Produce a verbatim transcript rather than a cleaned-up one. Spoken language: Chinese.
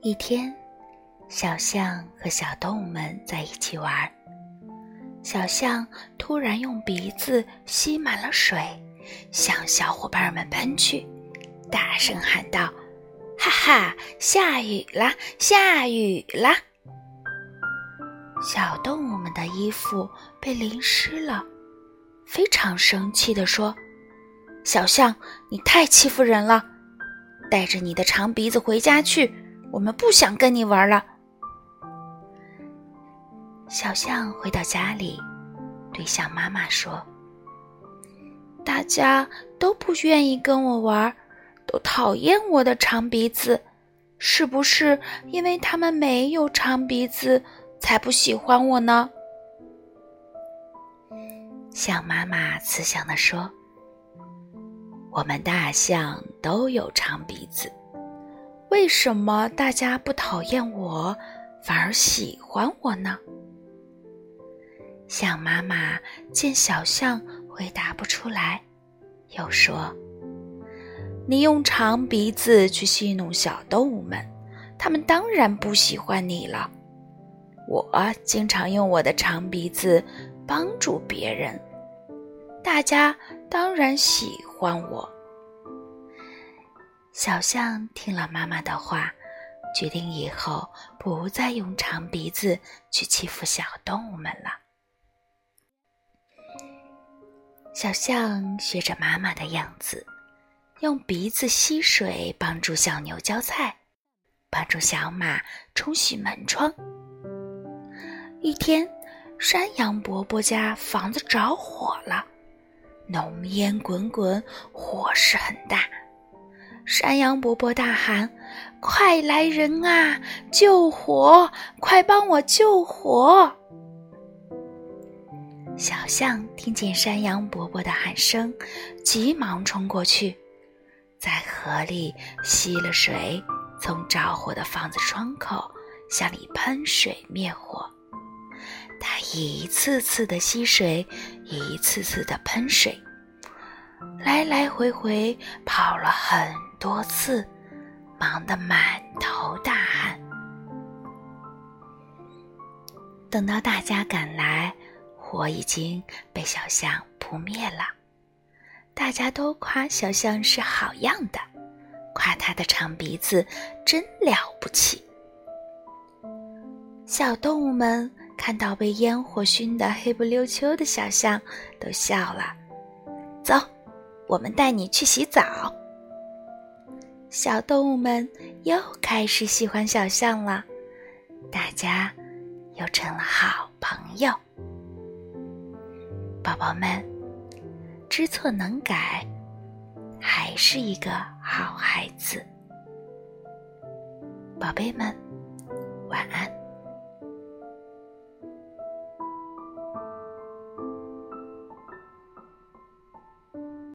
一天，小象和小动物们在一起玩。小象突然用鼻子吸满了水，向小伙伴们喷去，大声喊道：哈哈，下雨啦，下雨啦！小动物们的衣服被淋湿了，非常生气地说：小象，你太欺负人了，带着你的长鼻子回家去，我们不想跟你玩了。小象回到家里，对象妈妈说：大家都不愿意跟我玩，都讨厌我的长鼻子，是不是因为他们没有长鼻子才不喜欢我呢？象妈妈慈祥地说：我们大象都有长鼻子，为什么大家不讨厌我，反而喜欢我呢？象妈妈见小象回答不出来，又说：你用长鼻子去戏弄小动物们，它们当然不喜欢你了。我经常用我的长鼻子帮助别人，大家当然喜欢我。小象听了妈妈的话，决定以后不再用长鼻子去欺负小动物们了。小象学着妈妈的样子，用鼻子吸水帮助小牛浇菜，帮助小马冲洗门窗。一天，山羊伯伯家房子着火了，浓烟滚滚，火势很大。山羊伯伯大喊：快来人啊，救火，快帮我救火！小象听见山羊伯伯的喊声，急忙冲过去，在河里吸了水，从着火的房子窗口向里喷水灭火。他一次次的吸水，一次次的喷水，来来回回跑了很多次，忙得满头大汗。等到大家赶来，火已经被小象扑灭了。大家都夸小象是好样的，夸它的长鼻子真了不起。小动物们看到被烟火熏得黑不溜秋的小象，都笑了。走，我们带你去洗澡。小动物们又开始喜欢小象了，大家又成了好朋友。宝宝们，知错能改，还是一个好孩子。宝贝们，晚安。